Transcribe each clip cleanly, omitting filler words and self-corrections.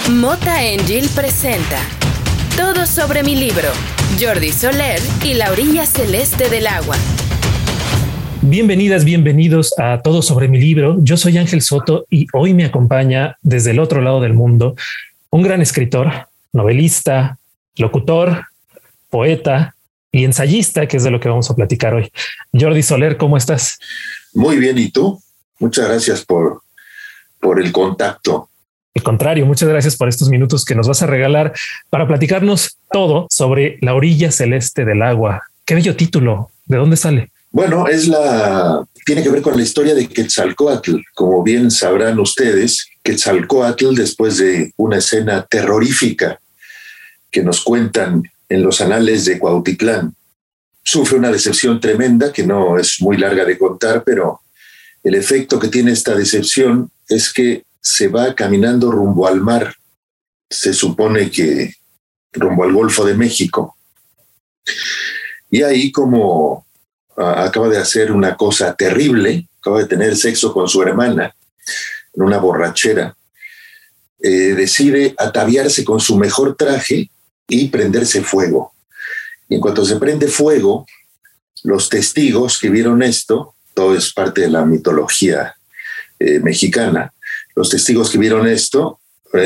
Mota Angel presenta Todo sobre mi libro, Jordi Soler y la orilla celeste del agua. Bienvenidas, bienvenidos a Todo sobre mi libro. Yo soy Ángel Soto y hoy me acompaña desde el otro lado del mundo un gran escritor, novelista, locutor, poeta y ensayista, que es de lo que vamos a platicar hoy. Jordi Soler, ¿cómo estás? Muy bien, ¿y tú? Muchas gracias por el contacto. Al contrario, muchas gracias por estos minutos que nos vas a regalar para platicarnos todo sobre la orilla celeste del agua. Qué bello título. ¿De dónde sale? Bueno, tiene que ver con la historia de Quetzalcóatl. Como bien sabrán ustedes, Quetzalcóatl, después de una escena terrorífica que nos cuentan en los anales de Cuautitlán, sufre una decepción tremenda que no es muy larga de contar, pero el efecto que tiene esta decepción es que se va caminando rumbo al mar. Se supone que rumbo al Golfo de México. Y ahí, como acaba de hacer una cosa terrible, acaba de tener sexo con su hermana en una borrachera, decide ataviarse con su mejor traje y prenderse fuego. Y en cuanto se prende fuego, los testigos que vieron esto, todo es parte de la mitología mexicana, los testigos que vieron esto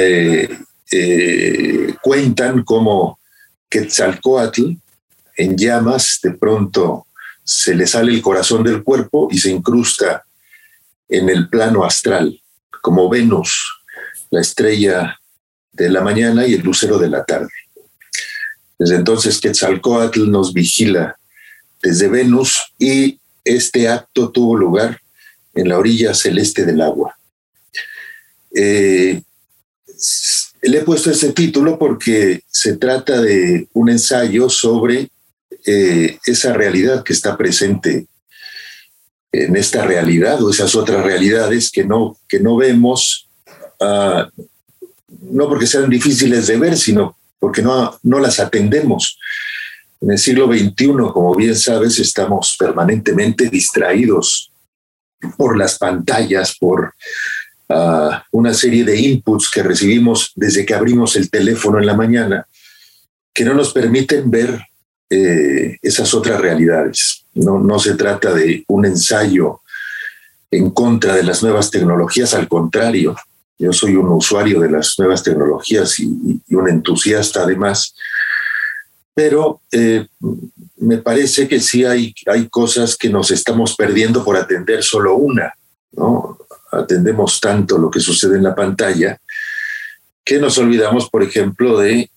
cuentan cómo Quetzalcóatl, en llamas, de pronto se le sale el corazón del cuerpo y se incrusta en el plano astral, como Venus, la estrella de la mañana y el lucero de la tarde. Desde entonces Quetzalcóatl nos vigila desde Venus y este acto tuvo lugar en la orilla celeste del agua. Le he puesto ese título porque se trata de un ensayo sobre esa realidad que está presente en esta realidad o esas otras realidades que no vemos, no porque sean difíciles de ver, sino porque no las atendemos. En el siglo XXI, como bien sabes, estamos permanentemente distraídos por las pantallas, por una serie de inputs que recibimos desde que abrimos el teléfono en la mañana, que no nos permiten ver esas otras realidades. No se trata de un ensayo en contra de las nuevas tecnologías, al contrario, yo soy un usuario de las nuevas tecnologías y un entusiasta además, pero me parece que sí hay cosas que nos estamos perdiendo por atender solo una, ¿no? Atendemos tanto lo que sucede en la pantalla que nos olvidamos, por ejemplo, de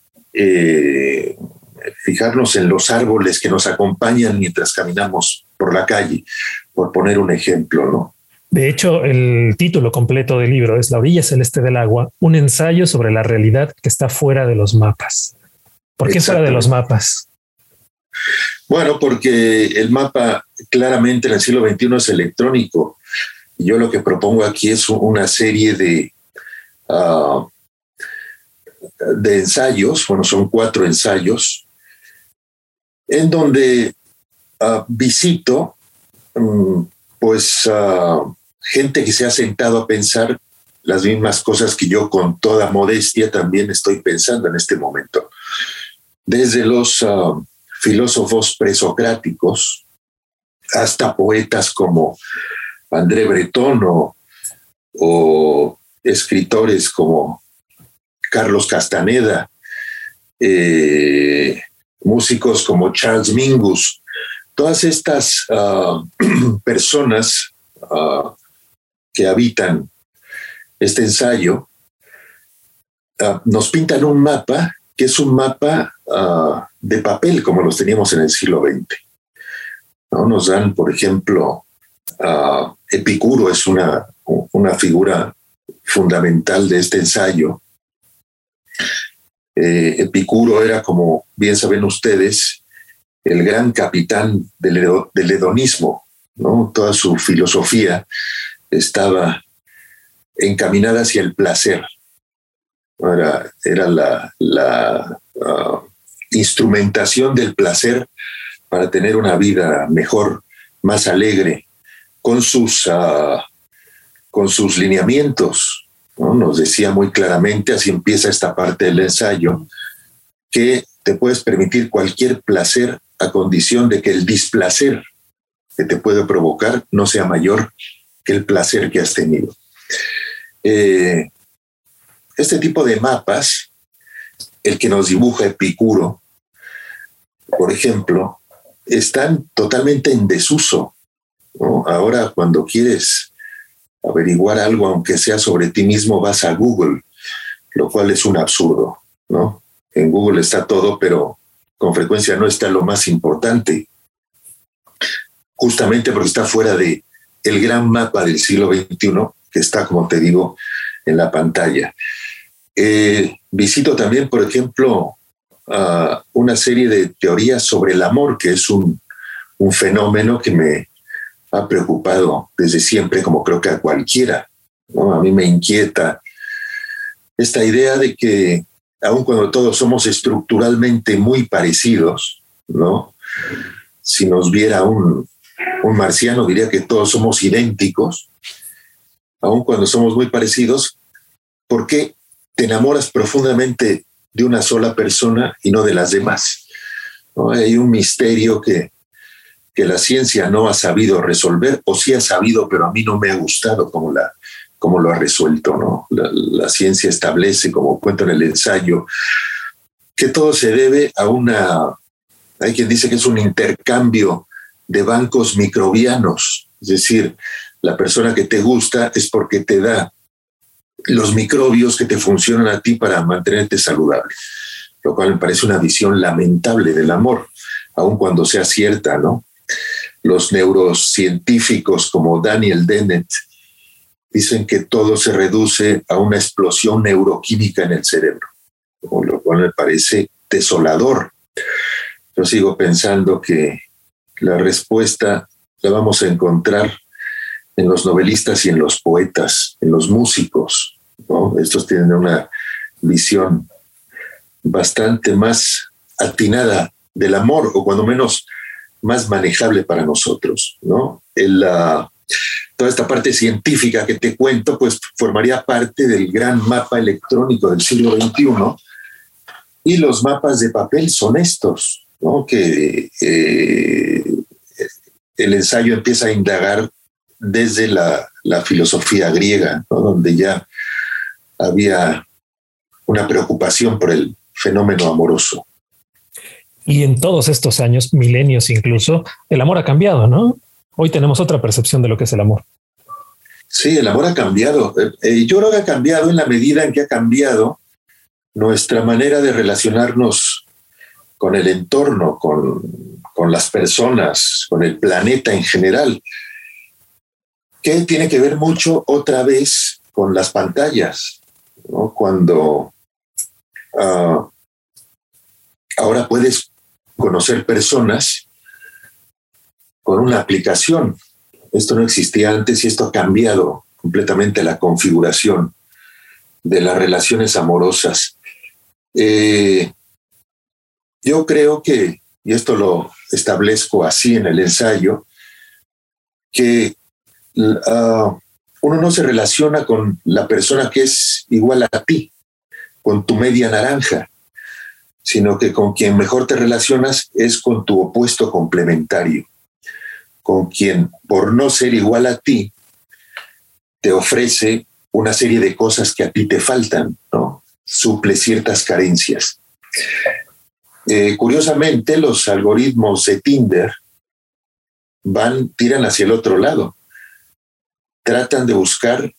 fijarnos en los árboles que nos acompañan mientras caminamos por la calle, por poner un ejemplo, ¿no? De hecho, el título completo del libro es La orilla celeste del agua, un ensayo sobre la realidad que está fuera de los mapas. ¿Por qué fuera de los mapas? Bueno, porque el mapa claramente en el siglo XXI es electrónico. Yo lo que propongo aquí es una serie de ensayos, bueno, son 4 ensayos, en donde visito gente que se ha sentado a pensar las mismas cosas que yo con toda modestia también estoy pensando en este momento. Desde los filósofos presocráticos hasta poetas como André Breton o escritores como Carlos Castaneda, músicos como Charles Mingus, todas estas personas que habitan este ensayo nos pintan un mapa que es un mapa de papel como los teníamos en el siglo XX, ¿no? Nos dan, por ejemplo, Epicuro es una figura fundamental de este ensayo. Epicuro era, como bien saben ustedes, el gran capitán del hedonismo, ¿no? Toda su filosofía estaba encaminada hacia el placer. Era la instrumentación del placer para tener una vida mejor, más alegre, con sus lineamientos ¿no? Nos decía muy claramente, así empieza esta parte del ensayo, que te puedes permitir cualquier placer a condición de que el displacer que te puede provocar no sea mayor que el placer que has tenido. Este tipo de mapas, el que nos dibuja Epicuro, por ejemplo, están totalmente en desuso, ¿no? Ahora, cuando quieres averiguar algo, aunque sea sobre ti mismo, vas a Google, lo cual es un absurdo, ¿no? En Google está todo, pero con frecuencia no está lo más importante, justamente porque está fuera de el gran mapa del siglo XXI, que está, como te digo, en la pantalla. Visito también, por ejemplo, una serie de teorías sobre el amor, que es un fenómeno que me ha preocupado desde siempre, como creo que a cualquiera, ¿no? A mí me inquieta esta idea de que, aun cuando todos somos estructuralmente muy parecidos, ¿no? Si nos viera un marciano, diría que todos somos idénticos, aun cuando somos muy parecidos. ¿Por qué te enamoras profundamente de una sola persona y no de las demás? ¿No? Hay un misterio que la ciencia no ha sabido resolver, o sí ha sabido, pero a mí no me ha gustado cómo lo ha resuelto, ¿no? La ciencia establece, como cuento en el ensayo, que todo se debe a hay quien dice que es un intercambio de bancos microbianos, es decir, la persona que te gusta es porque te da los microbios que te funcionan a ti para mantenerte saludable, lo cual me parece una visión lamentable del amor, aun cuando sea cierta, ¿no? Los neurocientíficos como Daniel Dennett dicen que todo se reduce a una explosión neuroquímica en el cerebro, lo cual me parece desolador. Yo sigo pensando que la respuesta la vamos a encontrar en los novelistas y en los poetas, en los músicos, ¿no? Estos tienen una visión bastante más atinada del amor, o cuando menos más manejable para nosotros, ¿no? Toda esta parte científica que te cuento, pues formaría parte del gran mapa electrónico del siglo XXI, y los mapas de papel son estos, ¿no? Que el ensayo empieza a indagar desde la filosofía griega, ¿no? Donde ya había una preocupación por el fenómeno amoroso. Y en todos estos años, milenios incluso, el amor ha cambiado, ¿no? Hoy tenemos otra percepción de lo que es el amor. Sí, el amor ha cambiado. Yo creo que ha cambiado en la medida en que ha cambiado nuestra manera de relacionarnos con el entorno, con las personas, con el planeta en general, que tiene que ver mucho otra vez con las pantallas, ¿no? Cuando ahora puedes conocer personas con una aplicación. Esto no existía antes y esto ha cambiado completamente la configuración de las relaciones amorosas. Yo creo que, y esto lo establezco así en el ensayo, que uno no se relaciona con la persona que es igual a ti, con tu media naranja, sino que con quien mejor te relacionas es con tu opuesto complementario, con quien, por no ser igual a ti, te ofrece una serie de cosas que a ti te faltan, ¿no? Suple ciertas carencias. Curiosamente, los algoritmos de Tinder tiran hacia el otro lado. Tratan de buscar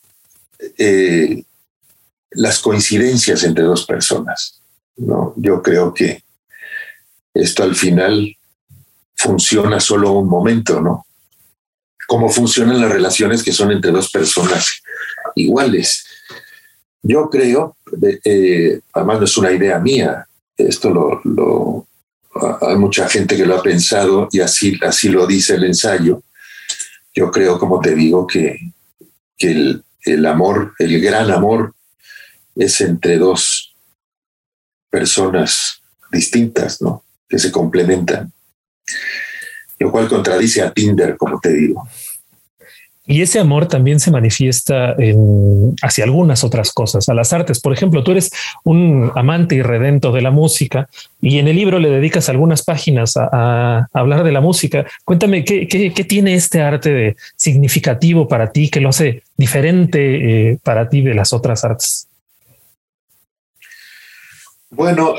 las coincidencias entre dos personas, ¿no? Yo creo que esto al final funciona solo un momento, ¿no? Cómo funcionan las relaciones que son entre dos personas iguales. Yo creo, además no es una idea mía, esto hay mucha gente que lo ha pensado y así lo dice el ensayo. Yo creo, como te digo, que el amor, el gran amor, es entre dos personas distintas, ¿no? Que se complementan. Lo cual contradice a Tinder, como te digo. Y ese amor también se manifiesta hacia algunas otras cosas, a las artes. Por ejemplo, tú eres un amante y redento de la música y en el libro le dedicas algunas páginas a hablar de la música. Cuéntame, ¿qué tiene este arte de significativo para ti que lo hace diferente para ti de las otras artes? Bueno,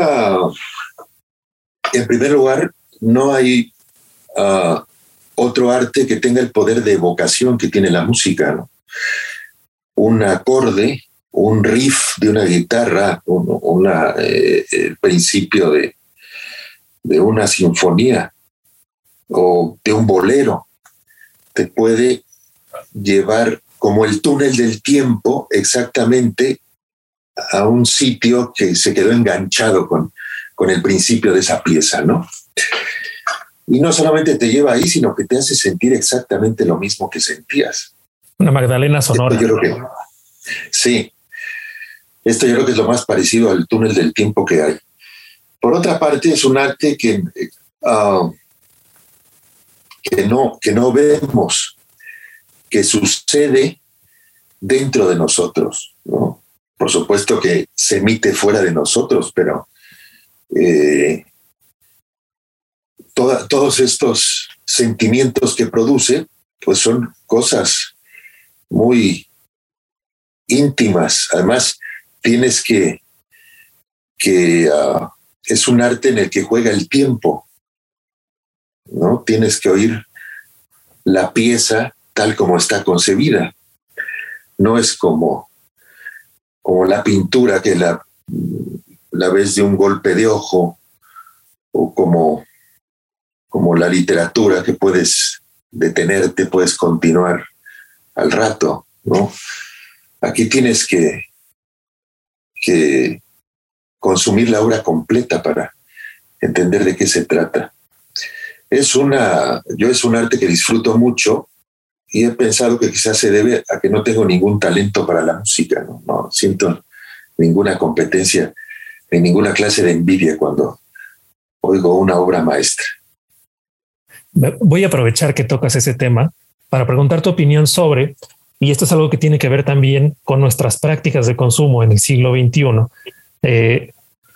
en primer lugar, no hay otro arte que tenga el poder de evocación que tiene la música, ¿no? Un acorde, un riff de una guitarra, el principio de una sinfonía o de un bolero, te puede llevar como el túnel del tiempo exactamente a un sitio que se quedó enganchado con el principio de esa pieza, ¿no? Y no solamente te lleva ahí, sino que te hace sentir exactamente lo mismo que sentías. Una Magdalena sonora. Sí, esto yo creo que es lo más parecido al túnel del tiempo que hay. Por otra parte, es un arte que no vemos, que sucede dentro de nosotros, ¿no? Por supuesto que se emite fuera de nosotros, pero todos estos sentimientos que produce, pues son cosas muy íntimas. Además, tienes es un arte en el que juega el tiempo, ¿no? Tienes que oír la pieza tal como está concebida. No es como la pintura que la ves de un golpe de ojo, o como la literatura que puedes detenerte, puedes continuar al rato, ¿no? Aquí tienes que consumir la obra completa para entender de qué se trata. Es un arte que disfruto mucho y he pensado que quizás se debe a que no tengo ningún talento para la música, ¿no? No siento ninguna competencia ni ninguna clase de envidia cuando oigo una obra maestra. Voy a aprovechar que tocas ese tema para preguntar tu opinión sobre, y esto es algo que tiene que ver también con nuestras prácticas de consumo en el siglo XXI.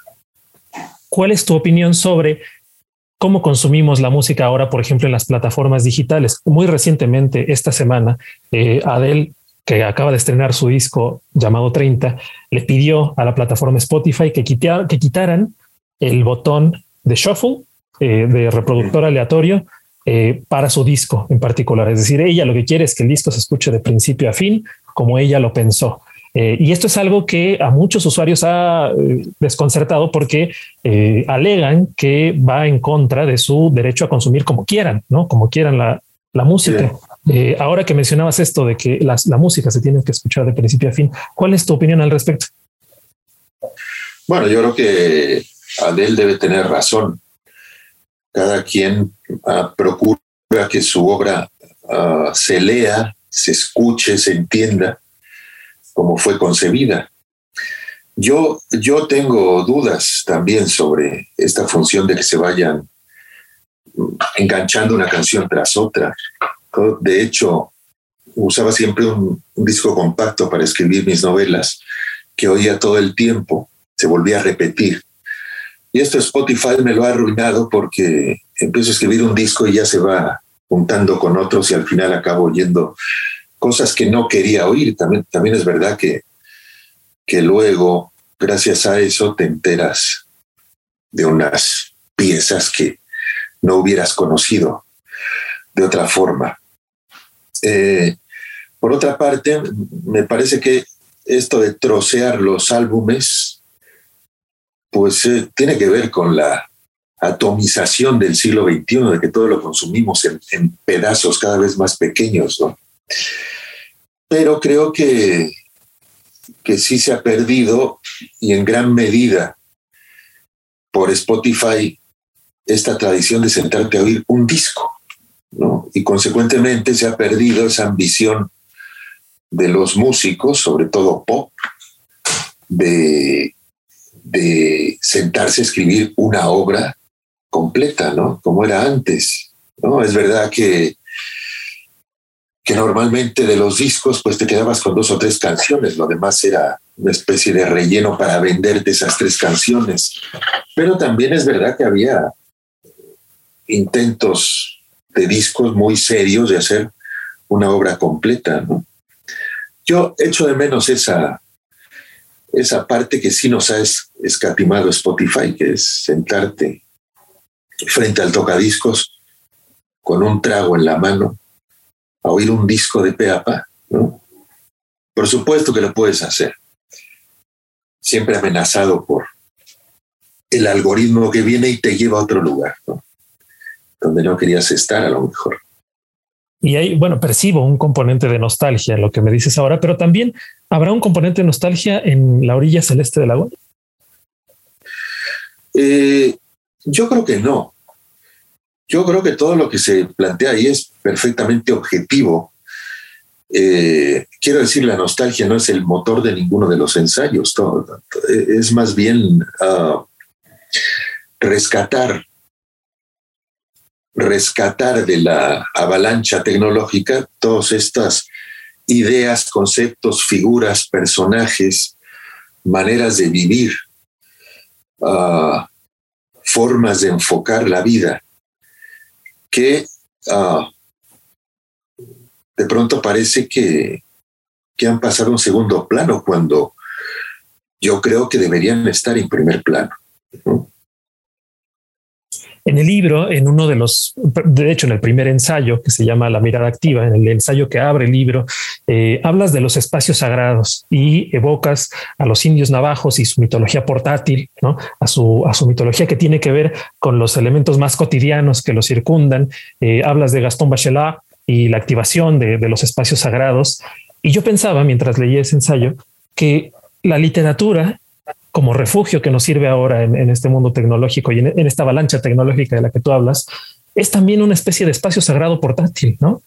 ¿Cuál es tu opinión sobre cómo consumimos la música ahora, por ejemplo, en las plataformas digitales? Muy recientemente, esta semana, Adele, que acaba de estrenar su disco llamado 30, le pidió a la plataforma Spotify que quitaran el botón de shuffle, de reproductor aleatorio, para su disco en particular. Es decir, ella lo que quiere es que el disco se escuche de principio a fin, como ella lo pensó. Y esto es algo que a muchos usuarios ha desconcertado porque alegan que va en contra de su derecho a consumir como quieran, ¿no? Como quieran la música. Ahora que mencionabas esto de que la música se tiene que escuchar de principio a fin, ¿cuál es tu opinión al respecto? Bueno, yo creo que Adele debe tener razón. Cada quien procura que su obra se lea, se escuche, se entienda como fue concebida. Yo tengo dudas también sobre esta función de que se vayan enganchando una canción tras otra. De hecho, usaba siempre un disco compacto para escribir mis novelas que oía todo el tiempo, se volvía a repetir. Y esto Spotify me lo ha arruinado porque empiezo a escribir un disco y ya se va juntando con otros y al final acabo oyendo cosas que no quería oír. También es verdad que luego, gracias a eso, te enteras de unas piezas que no hubieras conocido de otra forma. Por otra parte, me parece que esto de trocear los álbumes, pues tiene que ver con la atomización del siglo XXI, de que todo lo consumimos en pedazos cada vez más pequeños, ¿no? Pero creo que sí se ha perdido, y en gran medida por Spotify, esta tradición de sentarte a oír un disco, ¿no? Y consecuentemente se ha perdido esa ambición de los músicos, sobre todo pop, de sentarse a escribir una obra completa, ¿no? Como era antes, ¿no? Es verdad que que normalmente de los discos pues te quedabas con 2 o 3 canciones, lo demás era una especie de relleno para venderte esas 3 canciones. Pero también es verdad que había intentos de discos muy serios de hacer una obra completa, ¿no? Yo echo de menos esa parte que sí nos ha escatimado Spotify, que es sentarte frente al tocadiscos con un trago en la mano a oír un disco de pe a pa, ¿no? Por supuesto que lo puedes hacer, siempre amenazado por el algoritmo que viene y te lleva a otro lugar, ¿no? Donde no querías estar a lo mejor. Y ahí, bueno, percibo un componente de nostalgia en lo que me dices ahora, pero también habrá un componente de nostalgia en La orilla celeste del agua. Yo creo que no. Yo creo que todo lo que se plantea ahí es perfectamente objetivo. Quiero decir, la nostalgia no es el motor de ninguno de los ensayos. Es más bien rescatar de la avalancha tecnológica todas estas ideas, conceptos, figuras, personajes, maneras de vivir, formas de enfocar la vida que de pronto parece que han pasado a un segundo plano cuando yo creo que deberían estar en primer plano, ¿no? En el libro, de hecho, en el primer ensayo que se llama La mirada activa, en el ensayo que abre el libro, hablas de los espacios sagrados y evocas a los indios navajos y su mitología portátil, ¿no? A su mitología que tiene que ver con los elementos más cotidianos que los circundan. Hablas de Gastón Bachelard y la activación de los espacios sagrados. Y yo pensaba, mientras leía ese ensayo, que la literatura, como refugio que nos sirve ahora en este mundo tecnológico y en esta avalancha tecnológica de la que tú hablas, es también una especie de espacio sagrado portátil, ¿no?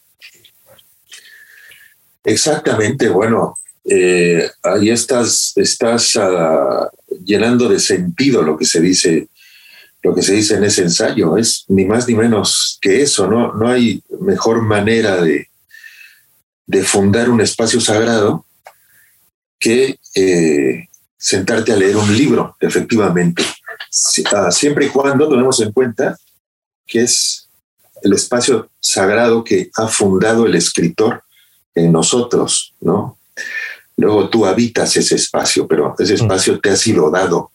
Exactamente. Bueno, ahí estás llenando de sentido lo que se dice en ese ensayo. Es ni más ni menos que eso. No hay mejor manera de fundar un espacio sagrado que sentarte a leer un libro, efectivamente, siempre y cuando tomemos en cuenta que es el espacio sagrado que ha fundado el escritor en nosotros, ¿no? Luego tú habitas ese espacio, pero ese espacio te ha sido dado.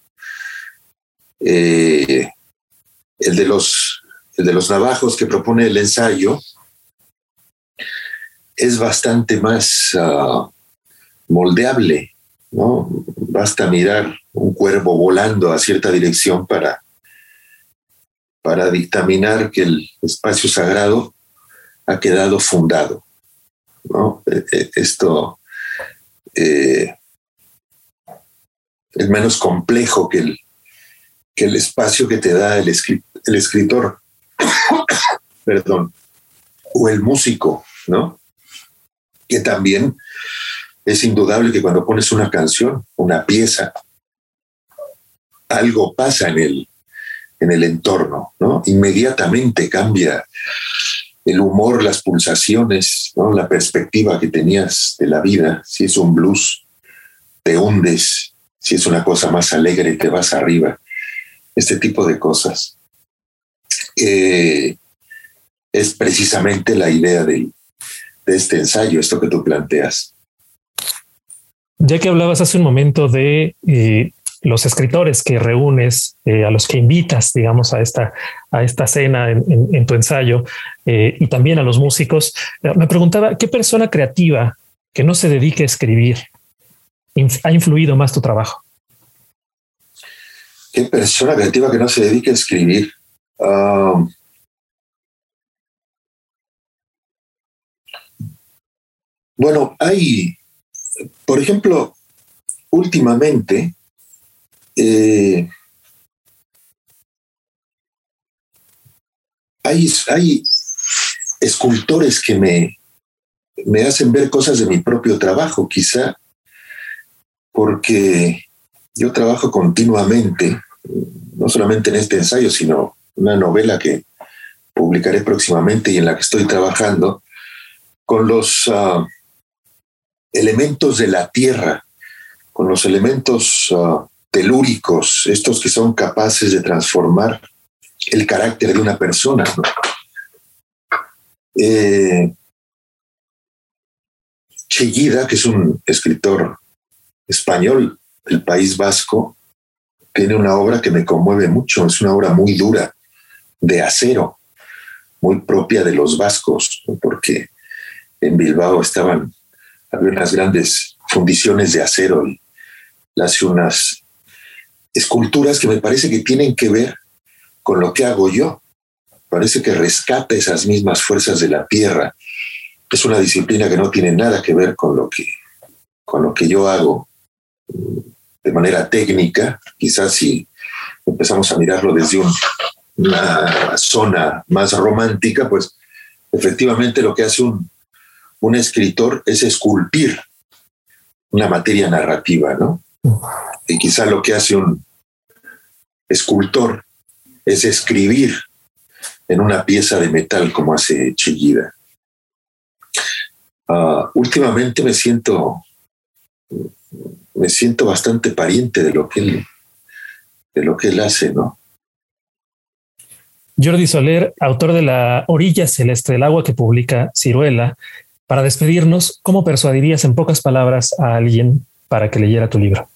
El de los navajos que propone el ensayo es bastante más moldeable, ¿no? Basta mirar un cuervo volando a cierta dirección para dictaminar que el espacio sagrado ha quedado fundado, ¿no? Esto es menos complejo que el espacio que te da el escritor perdón, o el músico, ¿no? Que también es indudable que cuando pones una canción, una pieza, algo pasa en el entorno, ¿no? Inmediatamente cambia el humor, las pulsaciones, ¿no? La perspectiva que tenías de la vida. Si es un blues, te hundes. Si es una cosa más alegre, te vas arriba. Este tipo de cosas. Es precisamente la idea de este ensayo, esto que tú planteas. Ya que hablabas hace un momento de los escritores que reúnes, a los que invitas, digamos, a esta cena en tu ensayo, y también a los músicos, me preguntaba, ¿qué persona creativa que no se dedique a escribir ha influido más tu trabajo? ¿Qué persona creativa que no se dedique a escribir? Bueno, hay, por ejemplo, últimamente hay escultores que me hacen ver cosas de mi propio trabajo, quizá porque yo trabajo continuamente, no solamente en este ensayo, sino una novela que publicaré próximamente y en la que estoy trabajando, con los elementos de la tierra, con los elementos telúricos, estos que son capaces de transformar el carácter de una persona, ¿no? Chillida, que es un escritor español del País Vasco, tiene una obra que me conmueve mucho. Es una obra muy dura, de acero, muy propia de los vascos, ¿no? Porque en Bilbao había unas grandes fundiciones de acero y hace unas esculturas que me parece que tienen que ver con lo que hago yo. Parece que rescata esas mismas fuerzas de la tierra. Es una disciplina que no tiene nada que ver con lo que yo hago de manera técnica. Quizás si empezamos a mirarlo desde una zona más romántica, pues efectivamente lo que hace un escritor es esculpir una materia narrativa, ¿no? Y quizá lo que hace un escultor es escribir en una pieza de metal como hace Chillida. Últimamente me siento bastante pariente de lo que él hace, ¿no? Jordi Soler, autor de La orilla celeste del agua, que publica Ciruela. Para despedirnos, ¿cómo persuadirías en pocas palabras a alguien para que leyera tu libro?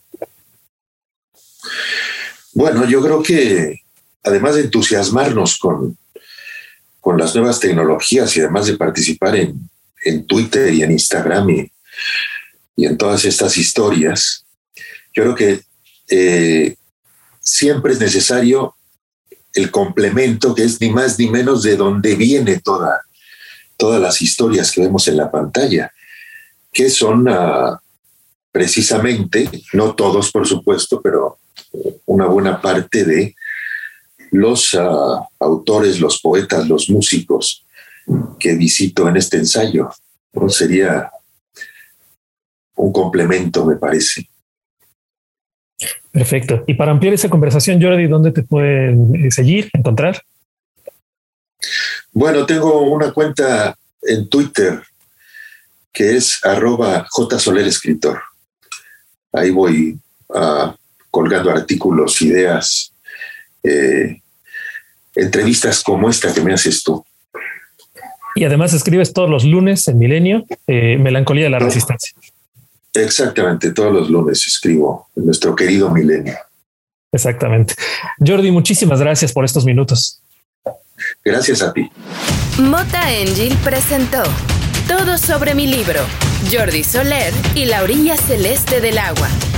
Bueno, yo creo que además de entusiasmarnos con las nuevas tecnologías y además de participar en Twitter y en Instagram y en todas estas historias, yo creo que siempre es necesario el complemento, que es ni más ni menos de donde viene todas las historias que vemos en la pantalla, que son precisamente, no todos por supuesto, pero una buena parte de los autores, los poetas, los músicos que visito en este ensayo, ¿no? Sería un complemento, me parece. Perfecto. Y para ampliar esa conversación, Jordi, ¿dónde te pueden seguir, encontrar? Bueno, tengo una cuenta en Twitter que es @jsolerescritor. Ahí voy colgando artículos, ideas, entrevistas como esta que me haces tú. Y además escribes todos los lunes en Milenio, Melancolía de la Resistencia. Exactamente, todos los lunes escribo en nuestro querido Milenio. Exactamente. Jordi, muchísimas gracias por estos minutos. Gracias a ti. Mota Angel presentó Todo sobre mi libro, Jordi Soler y La orilla celeste del agua.